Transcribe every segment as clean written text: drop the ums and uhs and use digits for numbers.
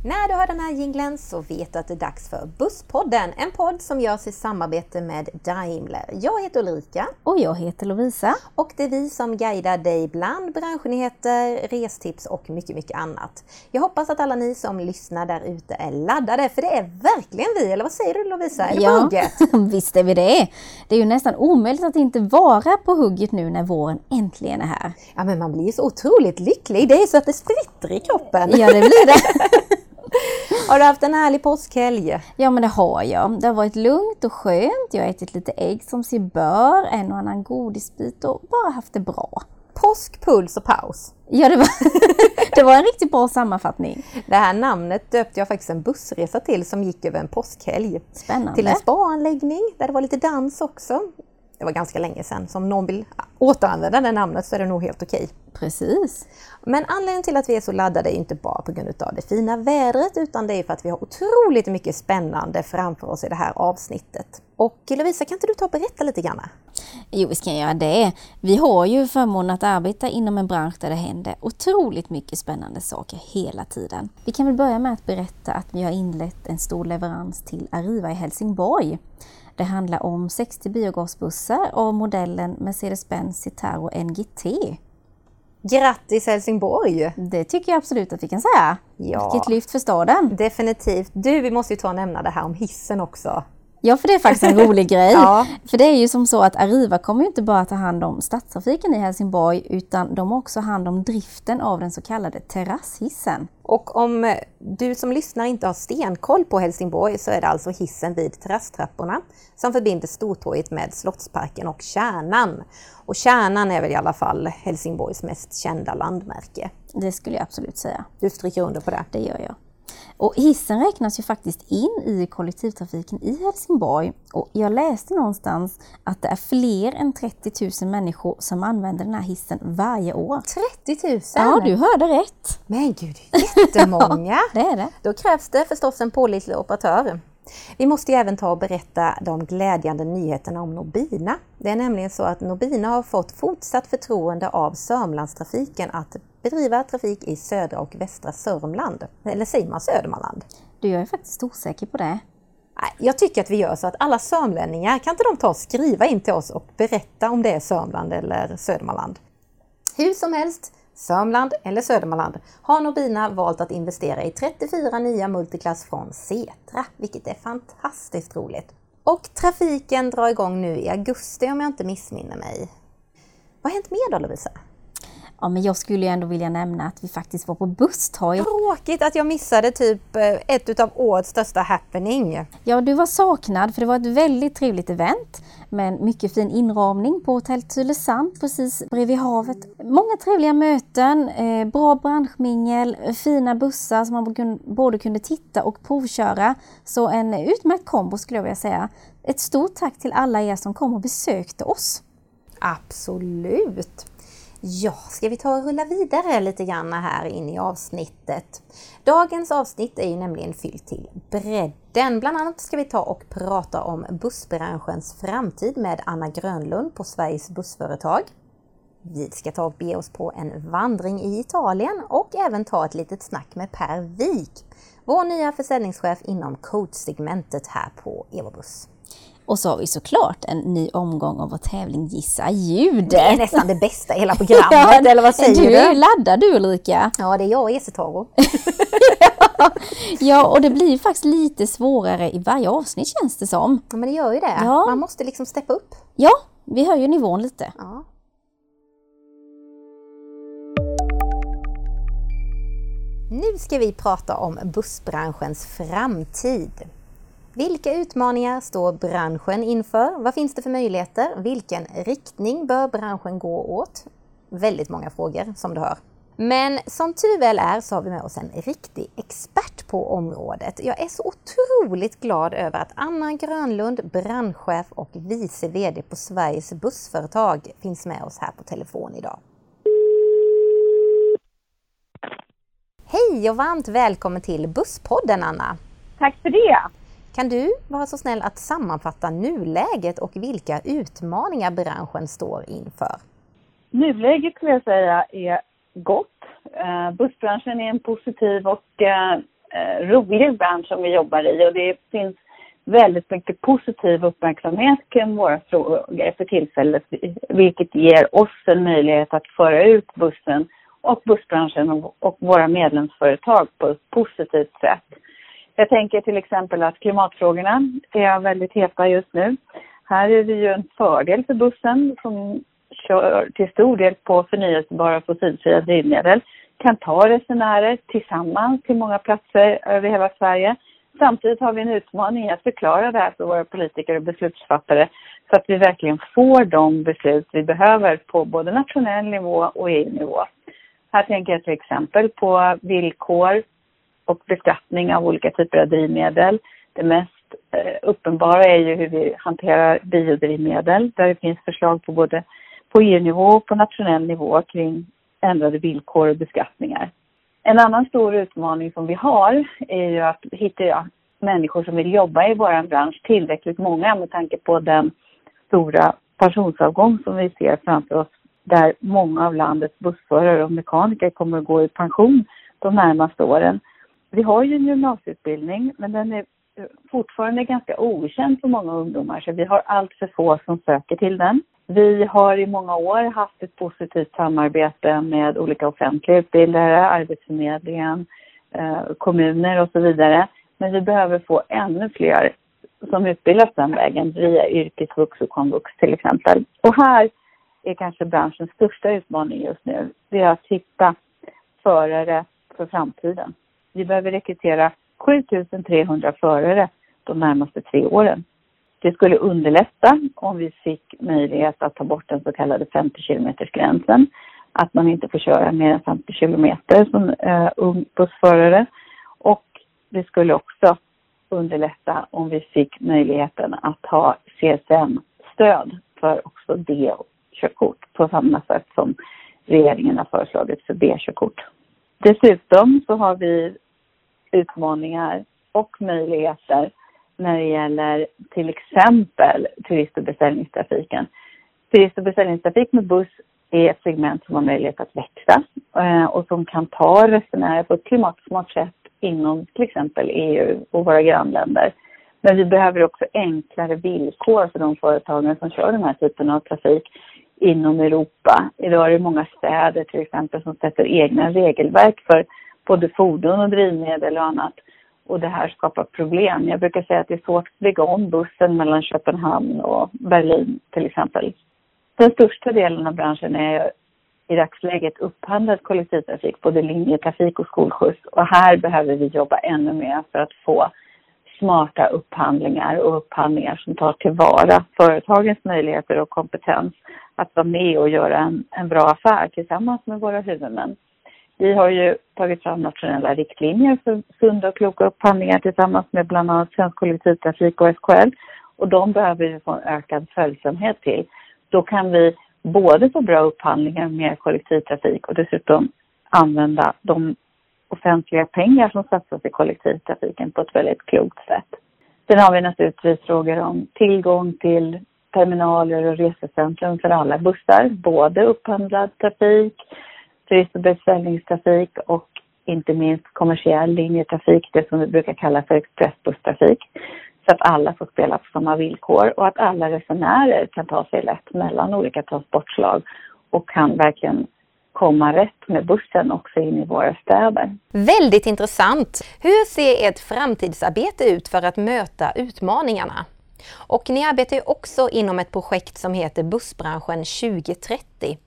När du hör den här jinglen så vet du att det är dags för Busspodden, en podd som görs i samarbete med Daimler. Jag heter Ulrika. Och jag heter Lovisa. Och det är vi som guidar dig bland branschnyheter, restips och mycket, mycket annat. Jag hoppas att alla ni som lyssnar där ute är laddade, för det är verkligen vi, eller vad säger du Lovisa? Är det på hugget? Visst är vi det. Det är ju nästan omöjligt att inte vara på hugget nu när våren äntligen är här. Ja, men man blir ju så otroligt lycklig. Det är så att det spritter i kroppen. Ja, det blir det. Har du haft en härlig påskhelg? Ja, men det har jag. Det har varit lugnt och skönt. Jag har ätit lite ägg som sig bör, en och annan godisbit och bara haft det bra. Påsk, puls och paus. Ja, det var en riktigt bra sammanfattning. Det här namnet döpte jag faktiskt en bussresa till som gick över en påskhelg. Spännande. Till en spaanläggning där det var lite dans också. Det var ganska länge sedan. Som någon vill återanvända det namnet så är det nog helt okej. Precis. Men anledningen till att vi är så laddade är inte bara på grund av det fina vädret, utan det är för att vi har otroligt mycket spännande framför oss i det här avsnittet. Och Lovisa, kan inte du ta och berätta lite grann? Jo, vi ska göra det. Vi har ju förmånen att arbeta inom en bransch där det händer otroligt mycket spännande saker hela tiden. Vi kan väl börja med att berätta att vi har inlett en stor leverans till Arriva i Helsingborg. Det handlar om 60 biogasbussar av modellen Mercedes-Benz Citaro NGT. Grattis Helsingborg! Det tycker jag absolut att vi kan säga. Ja. Vilket lyft för staden. Definitivt. Vi måste ju ta och nämna det här om hissen också. Ja, för det är faktiskt en rolig grej. Ja. För det är ju som så att Arriva kommer ju inte bara ta hand om stadstrafiken i Helsingborg, utan de har också hand om driften av den så kallade terrasshissen. Och om du som lyssnar inte har stenkoll på Helsingborg så är det alltså hissen vid terrasstrapporna som förbinder Stortorget med Slottsparken och Kärnan. Och Kärnan är väl i alla fall Helsingborgs mest kända landmärke. Det skulle jag absolut säga. Du stryker under på det? Det gör jag. Och hissen räknas ju faktiskt in i kollektivtrafiken i Helsingborg. Och jag läste någonstans att det är fler än 30 000 människor som använder den här hissen varje år. 30 000? Ja, du hörde rätt. Men gud, det är jättemånga. Ja, det är det. Då krävs det förstås en pålitlig operatör. Vi måste ju även ta och berätta de glädjande nyheterna om Nobina. Det är nämligen så att Nobina har fått fortsatt förtroende av Sörmlandstrafiken att bedriva trafik i södra och västra Sörmland. Eller säger man Södermanland? Du, jag är faktiskt osäker på det. Jag tycker att vi gör så att alla sörmlänningar, kan inte de ta och skriva in till oss och berätta om det är Sörmland eller Södermanland? Hur som helst, Sörmland eller Södermanland har Nobina valt att investera i 34 nya multiklass från Setra, vilket är fantastiskt roligt. Och trafiken drar igång nu i augusti om jag inte missminner mig. Vad har hänt mer då, Lovisa? Ja, men jag skulle ju ändå vilja nämna att vi faktiskt var på busstorg. Tråkigt att jag missade typ ett av årets största happening. Ja, du var saknad för det var ett väldigt trevligt event med en mycket fin inramning på Hotell Tylösand precis bredvid havet. Många trevliga möten, bra branschmingel, fina bussar som man både kunde titta och provköra. Så en utmärkt kombo skulle jag vilja säga. Ett stort tack till alla er som kom och besökte oss. Absolut! Ja, ska vi ta och rulla vidare lite grann här in i avsnittet. Dagens avsnitt är ju nämligen fyllt till bredden. Bland annat ska vi ta och prata om bussbranschens framtid med Anna Grönlund på Sveriges bussföretag. Vi ska ta och be oss på en vandring i Italien och även ta ett litet snack med Per Wik, vår nya försäljningschef inom coachsegmentet här på Evobuss. Och så har vi såklart en ny omgång av vår tävling Gissa ljudet. Det är nästan det bästa i hela programmet, eller vad säger du? Du är laddad du, Ulrika. Ja, det är jag och Esetaro. Ja, och det blir ju faktiskt lite svårare i varje avsnitt känns det som. Ja, men det gör ju det. Ja. Man måste liksom steppa upp. Ja, vi höjer nivån lite. Ja. Nu ska vi prata om bussbranschens framtid. Vilka utmaningar står branschen inför? Vad finns det för möjligheter? Vilken riktning bör branschen gå åt? Väldigt många frågor som du hör. Men som tur väl är så har vi med oss en riktig expert på området. Jag är så otroligt glad över att Anna Grönlund, branschchef och vice vd på Sveriges bussföretag, finns med oss här på telefon idag. Hej och varmt välkommen till Busspodden, Anna. Tack för det. Kan du vara så snäll att sammanfatta nuläget och vilka utmaningar branschen står inför? Nuläget skulle jag säga är gott. Bussbranschen är en positiv och rolig bransch som vi jobbar i, och det finns väldigt mycket positiv uppmärksamhet kring våra frågor för tillfället, vilket ger oss en möjlighet att föra ut bussen och bussbranschen och våra medlemsföretag på ett positivt sätt. Jag tänker till exempel att klimatfrågorna är väldigt heta just nu. Här är det ju en fördel för bussen som kör till stor del på förnyelsebara fossilfria drivmedel, kan ta resenärer tillsammans till många platser över hela Sverige. Samtidigt har vi en utmaning i att förklara det här för våra politiker och beslutsfattare så att vi verkligen får de beslut vi behöver på både nationell nivå och EU-nivå. Här tänker jag till exempel på villkor och beskattning av olika typer av drivmedel. Det mest uppenbara är ju hur vi hanterar biodrivmedel, där det finns förslag på både på EU-nivå och på nationell nivå kring ändrade villkor och beskattningar. En annan stor utmaning som vi har är ju att hitta människor som vill jobba i vår bransch, tillräckligt många med tanke på den stora pensionsavgång som vi ser framför oss, där många av landets bussförare och mekaniker kommer att gå i pension de närmaste åren. Vi har ju en gymnasieutbildning, men den är fortfarande ganska okänd för många ungdomar, så vi har allt för få som söker till den. Vi har i många år haft ett positivt samarbete med olika offentliga utbildare, Arbetsförmedlingen, kommuner och så vidare. Men vi behöver få ännu fler som utbildas den vägen via yrkesvux och komvux till exempel. Och här är kanske branschens största utmaning just nu. Det är att hitta förare för framtiden. Vi behöver rekrytera 7300 förare de närmaste 3 åren. Det skulle underlätta om vi fick möjlighet att ta bort den så kallade 50 km-gränsen. Att man inte får köra mer än 50 km som ung bussförare. Och det skulle också underlätta om vi fick möjligheten att ha CSN-stöd för också D-körkort på samma sätt som regeringen har föreslagit för B-körkort. Dessutom så har vi utmaningar och möjligheter när det gäller till exempel turist- och beställningstrafiken. Turist- och beställningstrafik med buss är ett segment som har möjlighet att växa och som kan ta resenärer på ett klimatsmart sätt inom till exempel EU och våra grannländer. Men vi behöver också enklare villkor för de företagen som kör den här typen av trafik inom Europa. Idag är det många städer till exempel som sätter egna regelverk för både fordon och drivmedel och annat. Och det här skapar problem. Jag brukar säga att det är svårt att bygga om bussen mellan Köpenhamn och Berlin till exempel. Den största delen av branschen är i dagsläget upphandlad kollektivtrafik, både linjetrafik och skolskjuts. Och här behöver vi jobba ännu mer för att få smarta upphandlingar och upphandlingar som tar tillvara företagens möjligheter och kompetens att vara med och göra en bra affär tillsammans med våra huvudmän. Vi har ju tagit fram nationella riktlinjer för sunda och kloka upphandlingar tillsammans med bland annat Svensk kollektivtrafik och SKL. Och de behöver vi få en ökad följsamhet till. Då kan vi både få bra upphandlingar med kollektivtrafik och dessutom använda de offentliga pengar som satsas i kollektivtrafiken på ett väldigt klokt sätt. Sen har vi naturligtvis frågor om tillgång till terminaler och resecentrum för alla bussar. Både upphandlad trafik, turist- och beställningstrafik och inte minst kommersiell linjetrafik, det som vi brukar kalla för expressbusstrafik. Så att alla får spela på samma villkor och att alla resenärer kan ta sig lätt mellan olika transportslag och kan verkligen komma rätt med bussen också in i våra städer. Väldigt intressant! Hur ser ert framtidsarbete ut för att möta utmaningarna? Och ni arbetar ju också inom ett projekt som heter Bussbranschen 2030.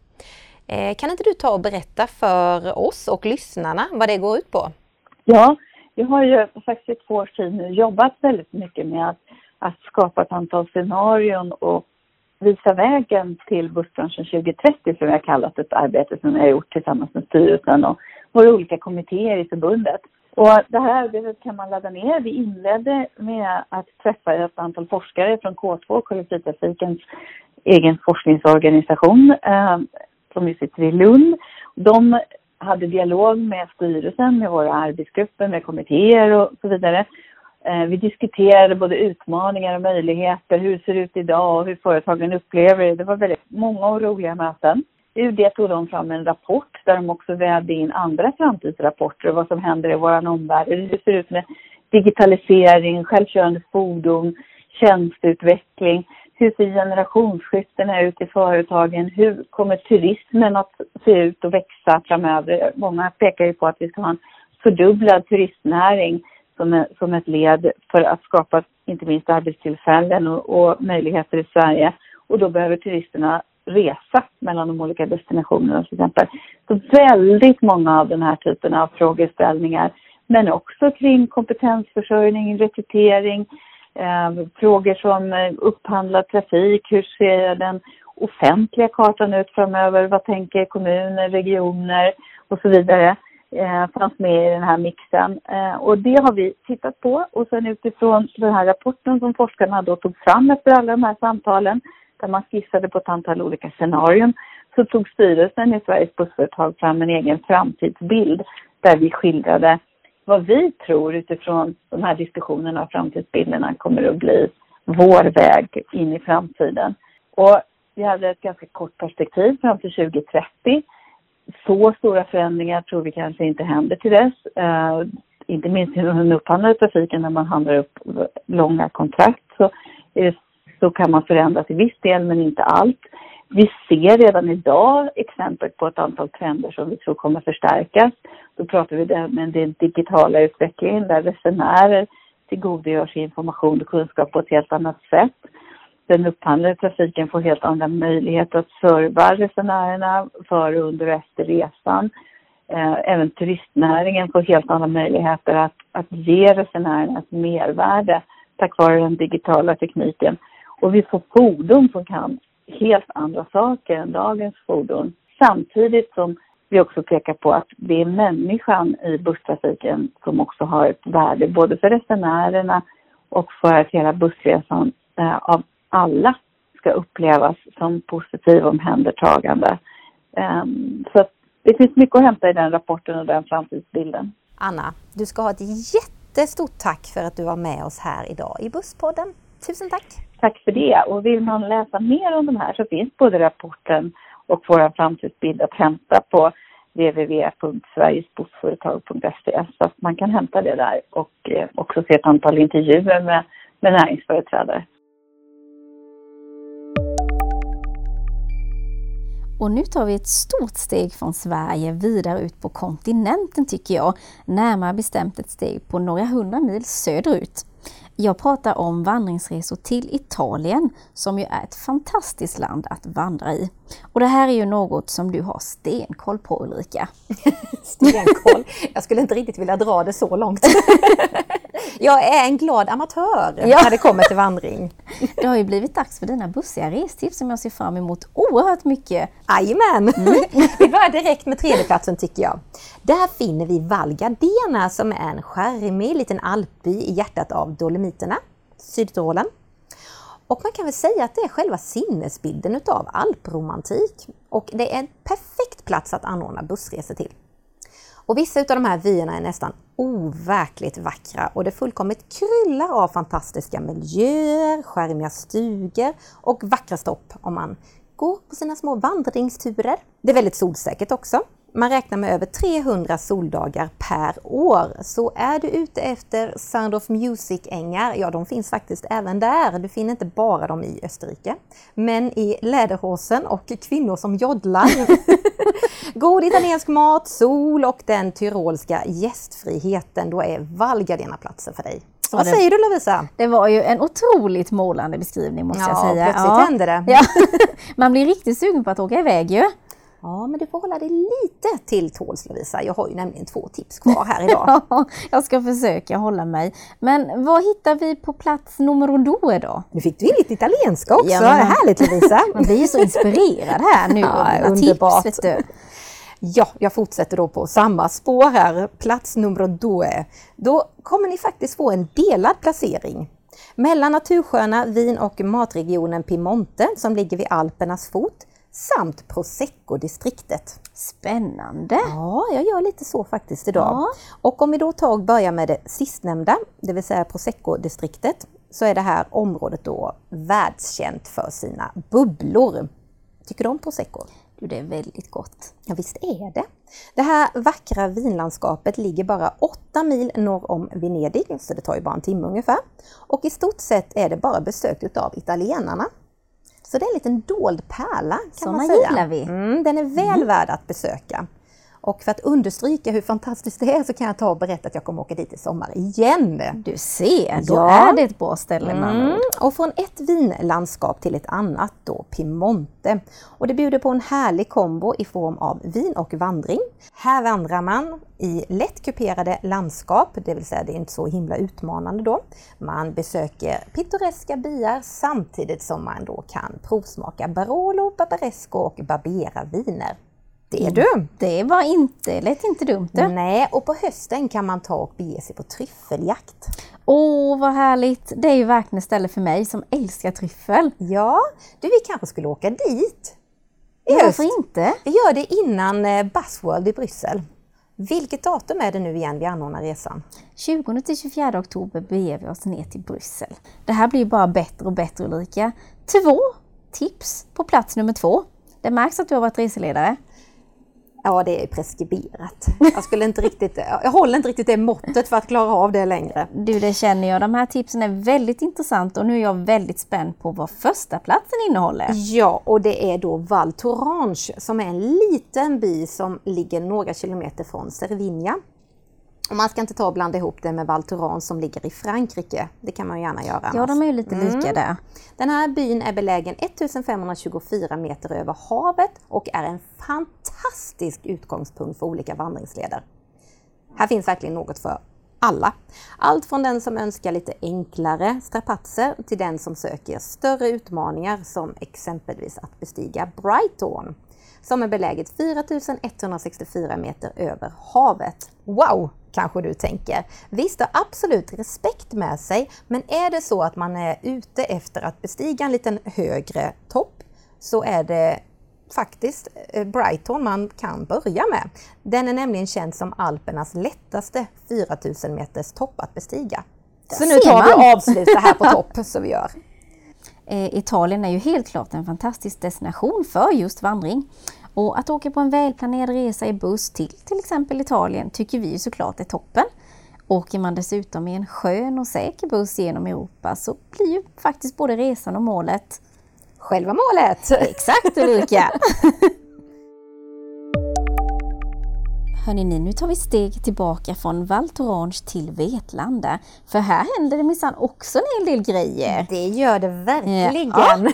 Kan inte du ta och berätta för oss och lyssnarna vad det går ut på? Ja, jag har ju faktiskt i 2 års tid nu jobbat väldigt mycket med att skapa ett antal scenarion och visa vägen till Bussbranschen 2030 som jag kallat ett arbete som jag har gjort tillsammans med styrelsen och våra olika kommittéer i förbundet. Och det här arbetet kan man ladda ner. Vi inledde med att träffa ett antal forskare från K2, kollektivtrafikens egen forskningsorganisation som ju sitter i Lund. De hade dialog med styrelsen, med våra arbetsgrupper, med kommittéer och så vidare. Vi diskuterade både utmaningar och möjligheter, hur det ser ut idag och hur företagen upplever det. Det var väldigt många och roliga möten. Ur det tog de fram en rapport där de också vävde in andra framtidsrapporter och vad som händer i vår omvärld. Hur det ser ut med digitalisering, självkörande fordon, tjänsteutveckling. Hur ser generationsskiftena ut i företagen? Hur kommer turismen att se ut och växa framöver? Många pekar ju på att vi ska ha en fördubblad turistnäring som ett led för att skapa inte minst arbetstillfällen och möjligheter i Sverige. Och då behöver turisterna resa mellan de olika destinationerna till exempel. Så väldigt många av den här typen av frågeställningar, men också kring kompetensförsörjning, rekrytering, frågor som upphandlad trafik, hur ser den offentliga kartan ut framöver, vad tänker kommuner, regioner och så vidare, fanns med i den här mixen. Och det har vi tittat på, och sen utifrån den här rapporten som forskarna då tog fram efter alla de här samtalen, där man skissade på ett antal olika scenarion, så tog styrelsen i Sveriges bussföretag fram en egen framtidsbild där vi skildrade vad vi tror utifrån de här diskussionerna och framtidsbilderna kommer att bli vår väg in i framtiden. Och vi hade ett ganska kort perspektiv fram till 2030. Så stora förändringar tror vi kanske inte händer till dess. Inte minst inom den upphandlade trafiken, när man handlar upp långa kontrakt, så kan man förändra till viss del men inte allt. Vi ser redan idag exempel på ett antal trender som vi tror kommer förstärkas. Då pratar vi om den digitala utvecklingen där resenärer tillgodogör sig information och kunskap på ett helt annat sätt. Den upphandlade trafiken får helt andra möjligheter att serva resenärerna före, under och efter resan. Även turistnäringen får helt andra möjligheter att ge resenärerna ett mervärde tack vare den digitala tekniken. Och vi får fordon som kan helt andra saker än dagens fordon. Samtidigt som vi också pekar på att det är människan i busstrafiken som också har ett värde både för resenärerna och för att hela bussresan av alla ska upplevas som positiv omhändertagande. Så att det finns mycket att hämta i den rapporten och den framtidsbilden. Anna, du ska ha ett jättestort tack för att du var med oss här idag i Busspodden. Tusen tack! Tack för det. Och vill man läsa mer om de här så finns både rapporten och vår framtidsbild att hämta på www.sverigesbussföretag.se, så att man kan hämta det där och också se ett antal intervjuer med näringsföreträdare. Och nu tar vi ett stort steg från Sverige vidare ut på kontinenten tycker jag. Närmare bestämt ett steg på några 100 mil söderut. Jag pratar om vandringsresor till Italien som ju är ett fantastiskt land att vandra i. Och det här är ju något som du har stenkoll på, Ulrika. Stenkoll? Jag skulle inte riktigt vilja dra det så långt. Jag är en glad amatör när det kommer till vandring. Det har ju blivit dags för dina bussiga restips som jag ser fram emot oerhört mycket. Jajamän! Vi börjar direkt med tredjeplatsen tycker jag. Där finner vi Val Gardena som är en charmig liten alpby i hjärtat av Dolomiterna, Sydtyrolen. Och man kan väl säga att det är själva sinnesbilden utav alpromantik. Och det är en perfekt plats att anordna bussresor till. Och vissa av de här vyerna är nästan overkligt vackra och det fullkomligt kryllar av fantastiska miljöer, charmiga stugor och vackra stopp om man går på sina små vandringsturer. Det är väldigt solsäkert också. Man räknar med över 300 soldagar per år. Så är du ute efter Sound of Music-ängar, ja de finns faktiskt även där. Du finner inte bara dem i Österrike. Men i läderhosen och kvinnor som joddlar. God italiensk mat, sol och den tyrolska gästfriheten. Då är Val Gardena platsen för dig. Så vad säger du Lovisa? Det var ju en otroligt målande beskrivning måste jag säga. Plötsligt hände det. Ja, man blir riktigt sugen på att åka iväg ju. Ja, men du får hålla dig lite till tåls Lovisa. Jag har ju nämligen 2 tips kvar här idag. Ja, jag ska försöka hålla mig. Men vad hittar vi på plats nummer 2 då? Nu fick du lite italienska också. Ja, det är härligt Lovisa. Man blir ju så inspirerad här nu. Ja, underbart. Tips, vet du. Ja, jag fortsätter då på samma spår här. Plats nummer 2. Då kommer ni faktiskt få en delad placering. Mellan natursköna vin- och matregionen Piemonte som ligger vid Alpernas fot samt Prosecco-distriktet. Spännande! Ja, jag gör lite så faktiskt idag. Ja. Och om vi då börjar med det sistnämnda, det vill säga Prosecco-distriktet, så är det här området då världskänt för sina bubblor. Tycker du om Prosecco? Det är väldigt gott. Ja, visst är det. Det här vackra vinlandskapet ligger bara 8 mil norr om Venedig, så det tar ju bara en timme ungefär. Och i stort sett är det bara besökt av italienarna. Så det är en liten dold pärla kan man säga. Gillar vi. Den är väl värd att besöka. Och för att understryka hur fantastiskt det är så kan jag ta och berätta att jag kommer åka dit i sommar igen. Du ser, då är det ett bra ställe med andra ord. Och från ett vinlandskap till ett annat då, Piemonte. Och det bjuder på en härlig kombo i form av vin och vandring. Här vandrar man i lätt kuperade landskap, det vill säga det är inte så himla utmanande då. Man besöker pittoreska byar samtidigt som man då kan provsmaka Barolo, Barbaresco och Barbera viner. Det är du. Det lät inte dumt. Nej, och på hösten kan man ta och bege sig på tryffeljakt. Vad härligt. Det är ju verkligen ett ställe för mig som älskar tryffel. Ja, vi kanske skulle åka dit i höst. Varför inte? Vi gör det innan Buzzworld i Bryssel. Vilket datum är det nu igen vi anordnar resan? 20-24 oktober beger vi oss ner till Bryssel. Det här blir ju bara bättre och bättre, Ulrika. 2 tips på plats nummer 2. Det märks att du har varit reseledare. Ja, det är preskriberat. Jag håller inte riktigt det måttet för att klara av det längre. Du, det känner jag. De här tipsen är väldigt intressanta och nu är jag väldigt spänd på vad första platsen innehåller. Ja, och det är då Val Thorens som är en liten by som ligger några kilometer från Cervinia. Och man ska inte ta och blanda ihop det med Val Thorens som ligger i Frankrike. Det kan man gärna göra. Ja, de är ju lite lika där. Den här byn är belägen 1524 meter över havet och är en fantastisk utgångspunkt för olika vandringsleder. Här finns verkligen något för alla. Allt från den som önskar lite enklare strapatser till den som söker större utmaningar som exempelvis att bestiga Brighton som är beläget 4164 meter över havet. Wow, kanske du tänker. Visst har absolut respekt med sig, men är det så att man är ute efter att bestiga en liten högre topp så är det faktiskt Brighton man kan börja med. Den är nämligen känd som Alpernas lättaste 4000 meters topp att bestiga. Så nu tar vi och avslutar här på topp så vi gör. Italien är ju helt klart en fantastisk destination för just vandring. Och att åka på en välplanerad resa i buss till exempel Italien tycker vi såklart är toppen. Åker man dessutom i en skön och säker buss genom Europa så blir ju faktiskt både resan och målet själva målet. Exakt, Ulrika. Hörrni, nu tar vi steg tillbaka från Val Thorens till Vetlanda. För här händer det minsann också en hel del grejer. Det gör det verkligen. Ja.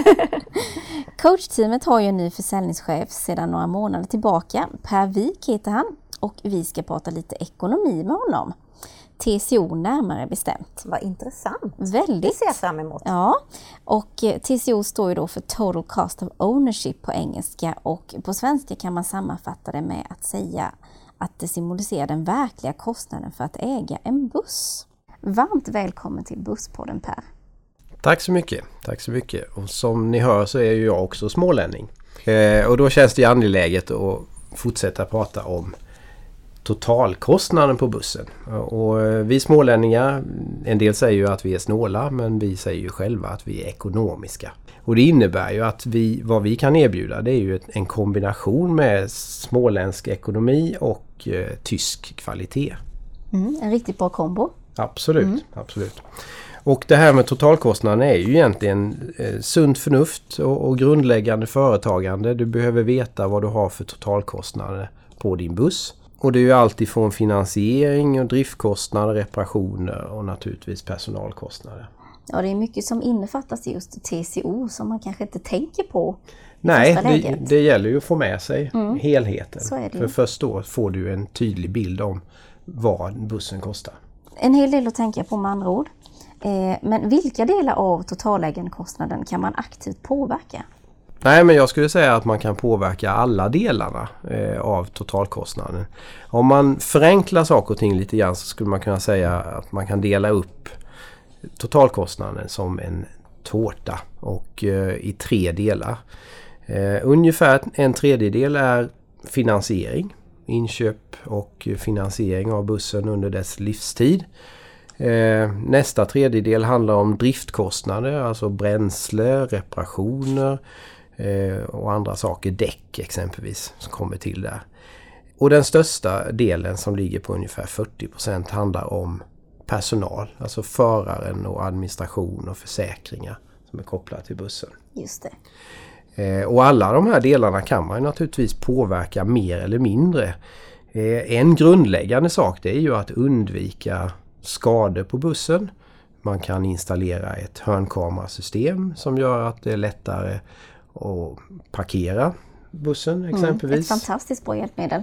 Coachteamet har ju en ny försäljningschef sedan några månader tillbaka. Per Wik heter han och vi ska prata lite ekonomi med honom. TCO närmare bestämt. Vad intressant. Väldigt. Det ser jag fram emot. Ja, och TCO står ju då för Total Cost of Ownership på engelska och på svenska kan man sammanfatta det med att säga att det symboliserar den verkliga kostnaden för att äga en buss. Varmt välkommen till Busspodden, Per. Tack så mycket. Tack så mycket. Och som ni hör så är ju jag också smålänning. Och då känns det angeläget att fortsätta prata om totalkostnaden på bussen. Och vi smålänningar, en del säger ju att vi är snåla, men vi säger ju själva att vi är ekonomiska. Och det innebär ju att vad vi kan erbjuda det är ju en kombination med småländsk ekonomi och tysk kvalitet. En riktigt bra kombo. Absolut, absolut. Och det här med totalkostnaden är ju egentligen sunt förnuft och grundläggande företagande. Du behöver veta vad du har för totalkostnader på din buss. Och det är ju allt ifrån finansiering och driftkostnader, reparationer och naturligtvis personalkostnader. Ja, det är mycket som innefattas i just TCO som man kanske inte tänker på. Nej, det gäller ju att få med sig helheten. Så är det. För först då får du en tydlig bild om vad bussen kostar. En hel del att tänka på med andra ord. Men vilka delar av totalägandekostnaden kan man aktivt påverka? Nej, men jag skulle säga att man kan påverka alla delarna av totalkostnaden. Om man förenklar saker och ting lite grann så skulle man kunna säga att man kan dela upp totalkostnaden som en tårta och i 3 delar. Ungefär en tredjedel är finansiering, inköp och finansiering av bussen under dess livstid. Nästa tredjedel handlar om driftkostnader, alltså bränsle, reparationer, och andra saker, däck exempelvis, som kommer till där. Och den största delen som ligger på ungefär 40% handlar om personal, alltså föraren och administration och försäkringar som är kopplat till bussen. Just det. Och alla de här delarna kan man ju naturligtvis påverka mer eller mindre. En grundläggande sak, det är ju att undvika skador på bussen. Man kan installera ett hörnkamerasystem som gör att det är lättare att parkera bussen exempelvis. Ett fantastiskt bra hjälpmedel.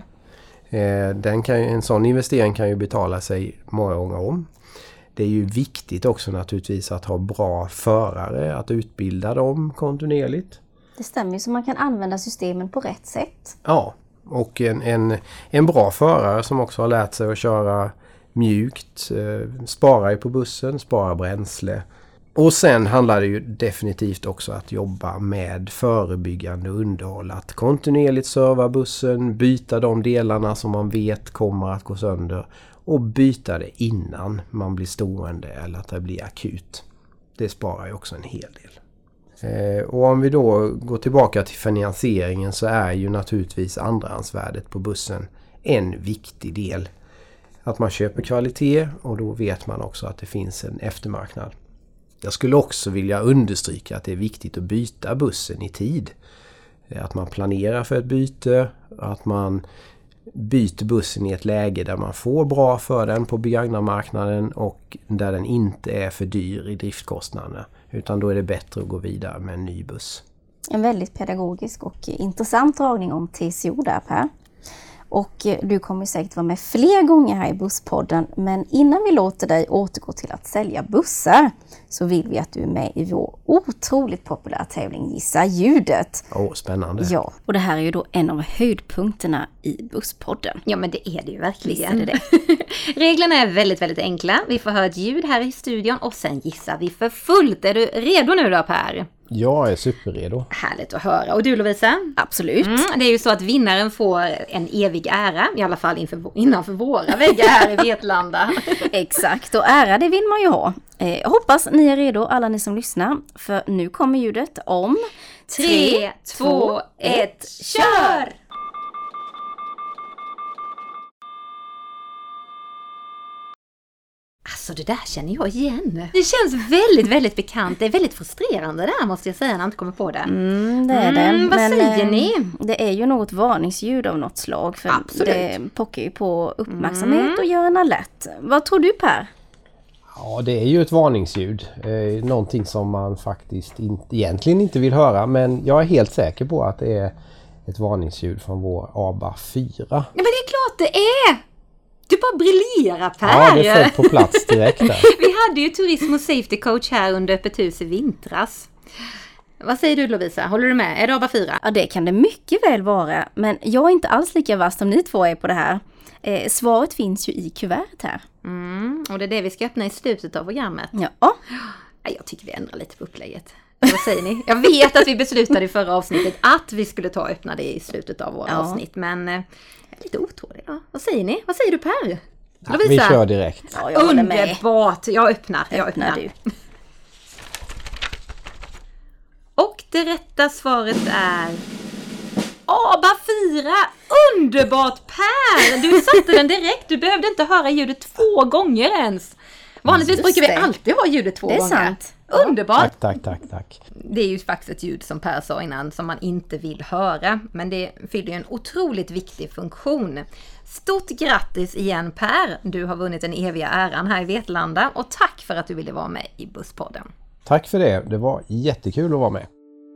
En sån investering kan ju betala sig många gånger om. Det är ju viktigt också naturligtvis att ha bra förare, att utbilda dem kontinuerligt. Det stämmer ju, så man kan använda systemen på rätt sätt. Ja, och en bra förare som också har lärt sig att köra mjukt, spara ju på bussen, spara bränsle. Och sen handlar det ju definitivt också att jobba med förebyggande underhåll. Att kontinuerligt serva bussen, byta de delarna som man vet kommer att gå sönder och byta det innan man blir stående eller att det blir akut. Det sparar ju också en hel del. Och om vi då går tillbaka till finansieringen, så är ju naturligtvis andrahandsvärdet på bussen en viktig del. Att man köper kvalitet, och då vet man också att det finns en eftermarknad. Jag skulle också vilja understryka att det är viktigt att byta bussen i tid. Att man planerar för ett byte, att man byter bussen i ett läge där man får bra för den på begagnarmarknaden och där den inte är för dyr i driftkostnaderna. Utan då är det bättre att gå vidare med en ny buss. En väldigt pedagogisk och intressant dragning om TCO där, Per. Och du kommer säkert vara med fler gånger här i Busspodden. Men innan vi låter dig återgå till att sälja bussar, så vill vi att du är med i vår otroligt populära tävling Gissa ljudet. Spännande. Ja, och det här är ju då en av höjdpunkterna i Busspodden. Ja, men det är det ju verkligen. Visst är det. Reglerna är väldigt, väldigt enkla. Vi får höra ett ljud här i studion och sen gissar vi för fullt. Är du redo nu då, Per? Jag är superredo. Härligt att höra. Och du, Lovisa? Absolut. Det är ju så att vinnaren får en evig ära, i alla fall innanför våra väggar här i Vetlanda. Exakt, och ära det vill man ju ha. Jag hoppas ni är redo, alla ni som lyssnar. För nu kommer ljudet om 3, 2, 1, kör! Alltså det där känner jag igen. Det känns väldigt, väldigt bekant. Det är väldigt frustrerande där, måste jag säga, när jag inte kommer på det. Det är det. Vad säger ni? Det är ju något varningsljud av något slag. För absolut. Det pockar ju på uppmärksamhet och gör en alert. Vad tror du, Per? Ja, det är ju ett varningsljud. Någonting som man faktiskt egentligen inte vill höra. Men jag är helt säker på att det är ett varningsljud från vår ABA 4. Ja, men det är klart det är! Du bara briljerar, Per. Ja, det föll på plats direkt där. Vi hade ju turism- och safety coach här under öppet hus i vintras. Vad säger du, Lovisa? Håller du med? Är det ABA 4? Ja, det kan det mycket väl vara. Men jag är inte alls lika vass som ni två är på det här. Svaret finns ju i kuvertet här. Och det är det vi ska öppna i slutet av programmet. Ja. Jag tycker vi ändrar lite på upplägget. Vad säger ni? Jag vet att vi beslutade i förra avsnittet att vi skulle ta och öppna det i slutet av våra avsnitt. Men jag är lite otålig. Ja. Vad säger ni? Vad säger du, Per? Lovisa? Vi kör direkt. Ja, jag håller med. Underbart! Jag öppnar. Du. Och det rätta svaret är ABA 4. Underbart, Per! Du satte den direkt. Du behövde inte höra ljudet 2 gånger ens. Vanligtvis brukar vi alltid ha ljudet 2 gånger. Det är sant. Underbart! Tack. Det är ju faktiskt ett ljud, som Per sa innan, som man inte vill höra. Men det fyller ju en otroligt viktig funktion. Stort grattis igen, Per! Du har vunnit den eviga äran här i Vetlanda. Och tack för att du ville vara med i Busspodden. Tack för det. Det var jättekul att vara med.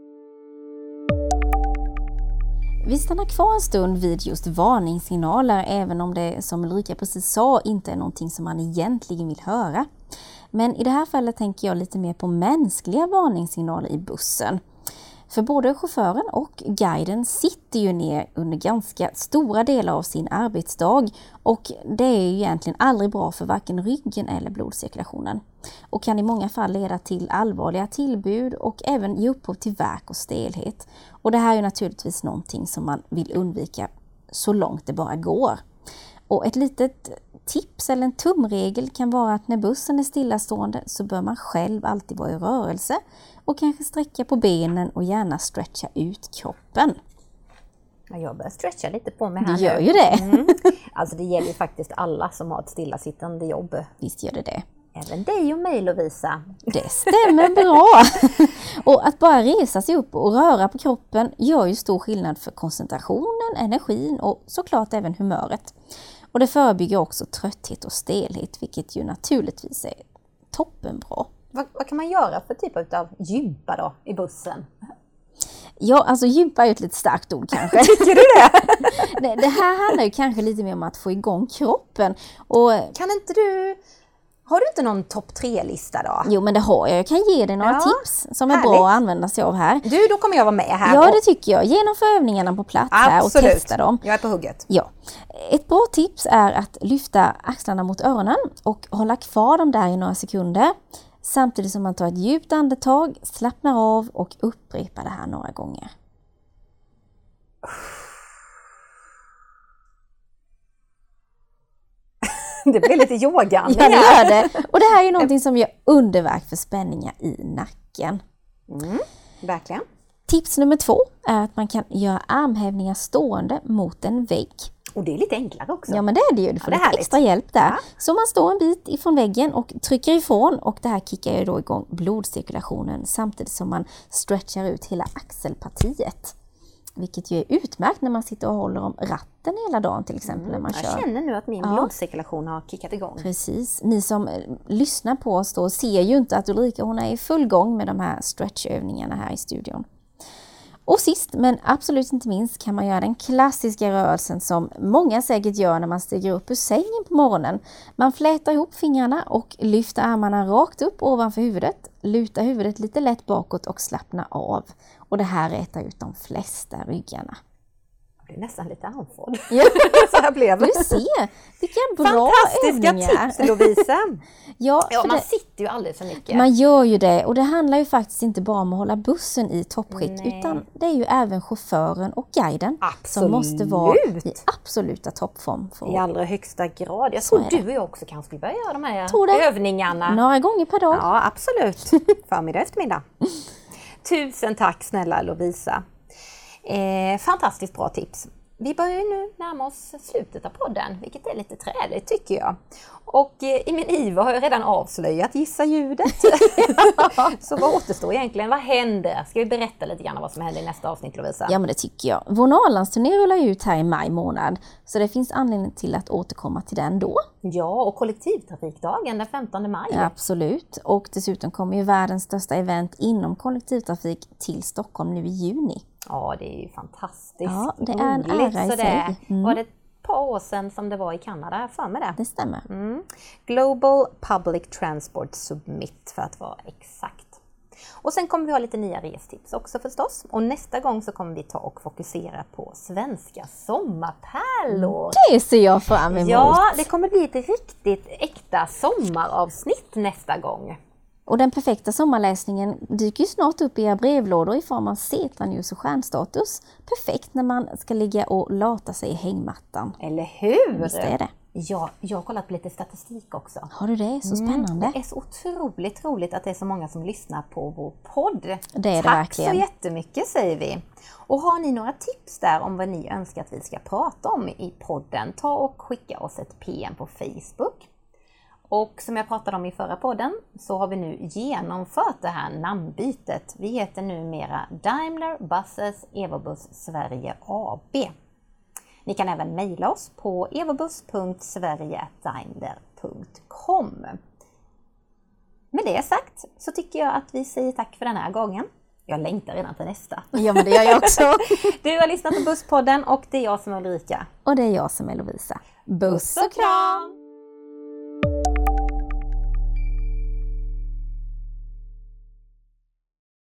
Vi stannar kvar en stund vid just varningssignaler, även om det, som Ulrika precis sa, inte är någonting som man egentligen vill höra. Men i det här fallet tänker jag lite mer på mänskliga varningssignaler i bussen. För både chauffören och guiden sitter ju ner under ganska stora delar av sin arbetsdag, och det är ju egentligen aldrig bra för varken ryggen eller blodcirkulationen. Och kan i många fall leda till allvarliga tillbud och även ge upphov till värk och stelhet. Och det här är ju naturligtvis någonting som man vill undvika så långt det bara går. Och ett litet tips eller en tumregel kan vara att när bussen är stillastående så bör man själv alltid vara i rörelse och kanske sträcka på benen och gärna stretcha ut kroppen. Jag börjar stretcha lite på mig här. Du gör ju det. Alltså det gäller ju faktiskt alla som har ett stillasittande jobb. Visst gör det. Även dig och mig, Lovisa. Det stämmer bra. Och att bara resa sig upp och röra på kroppen gör ju stor skillnad för koncentrationen, energin och såklart även humöret. Och det förebygger också trötthet och stelhet, vilket ju naturligtvis är toppenbra. Vad kan man göra för typ av gympa då i bussen? Ja, alltså gympa är ju ett lite starkt ord kanske. Tycker du det? Det här handlar ju kanske lite mer om att få igång kroppen. Och kan inte du... Har du inte någon topp 3-lista då? Jo, men det har jag. Jag kan ge dig några tips som är bra att använda sig av här. Du, då kommer jag vara med här. Ja, det tycker jag. Genomför övningarna på plats här och testa dem. Jag är på hugget. Ja. Ett bra tips är att lyfta axlarna mot öronen och hålla kvar dem där i några sekunder. Samtidigt som man tar ett djupt andetag, slappnar av och upprepar det här några gånger. Det blir lite yoga. Ja, det gör det. Och det här är någonting som gör underverk för spänningar i nacken. Verkligen. Tips nummer 2 är att man kan göra armhävningar stående mot en vägg. Och det är lite enklare också. Ja, men det är det ju. Du får lite extra hjälp där. Ja. Så man står en bit ifrån väggen och trycker ifrån, och det här kickar ju då igång blodcirkulationen samtidigt som man stretchar ut hela axelpartiet. Vilket ju är utmärkt när man sitter och håller om ratten hela dagen till exempel när man kör. Jag känner nu att min blodcirkulation har kickat igång. Precis. Ni som lyssnar på oss då ser ju inte att Ulrika, hon är i full gång med de här stretchövningarna här i studion. Och sist men absolut inte minst kan man göra den klassiska rörelsen som många säkert gör när man stiger upp ur sängen på morgonen. Man flätar ihop fingrarna och lyfter armarna rakt upp ovanför huvudet. Lutar huvudet lite lätt bakåt och slappna av. Och det här rätar ut de flesta ryggarna. Jag blir nästan lite andfådd. Ja. Så här blev det. Du ser, vilka bra fantastiska övningar. Tips, Lovisa. Ja, man sitter ju alldeles för mycket. Man gör ju det, och det handlar ju faktiskt inte bara om att hålla bussen i toppskick, utan det är ju även chauffören och guiden som måste vara i absoluta toppform. I allra högsta grad. Jag tror du och jag också kanske skulle börja göra de här övningarna. Några gånger per dag. Ja, absolut. Förmiddag, eftermiddag. Tusen tack snälla Lovisa. Fantastiskt bra tips. Vi börjar ju nu närma oss slutet av podden, vilket är lite träligt tycker jag. Och i min iver har jag redan avslöjat gissa ljudet. Så vad återstår egentligen? Vad händer? Ska vi berätta lite grann vad som händer i nästa avsnitt, Lovisa? Ja, men det tycker jag. Vår Norrlandsturné rullar ut här i maj månad, så det finns anledning till att återkomma till den då. Ja, och kollektivtrafikdagen den 15 maj. Ja, absolut. Och dessutom kommer ju världens största event inom kollektivtrafik till Stockholm nu i juni. Ja, det är ju fantastiskt. Ja, det är en ära i sig. Var det ett par år sedan som det var i Kanada för med det? Det stämmer. Global Public Transport Summit för att vara exakt. Och sen kommer vi ha lite nya restips också förstås. Och nästa gång så kommer vi ta och fokusera på svenska sommarpärlor. Det ser jag fram emot. Ja, det kommer bli ett riktigt äkta sommaravsnitt nästa gång. Och den perfekta sommarläsningen dyker ju snart upp i era brevlådor i form av C-news och stjärnstatus. Perfekt när man ska ligga och lata sig i hängmattan. Eller hur? Visst är det. Ja, jag har kollat på lite statistik också. Har du det? Så spännande. Det är så otroligt roligt att det är så många som lyssnar på vår podd. Det är det Tack verkligen. Så jättemycket säger vi. Och har ni några tips där om vad ni önskar att vi ska prata om i podden, ta och skicka oss ett PM på Facebook. Och som jag pratade om i förra podden så har vi nu genomfört det här namnbytet. Vi heter numera Daimler Buses Evobuss Sverige AB. Ni kan även mejla oss på evobuss.sverige@daimler.com. Med det sagt så tycker jag att vi säger tack för den här gången. Jag längtar redan till nästa. Ja, men det gör jag också. Du har lyssnat på Busspodden och det är jag som är Ulrika. Och det är jag som är Lovisa. Buss och kram!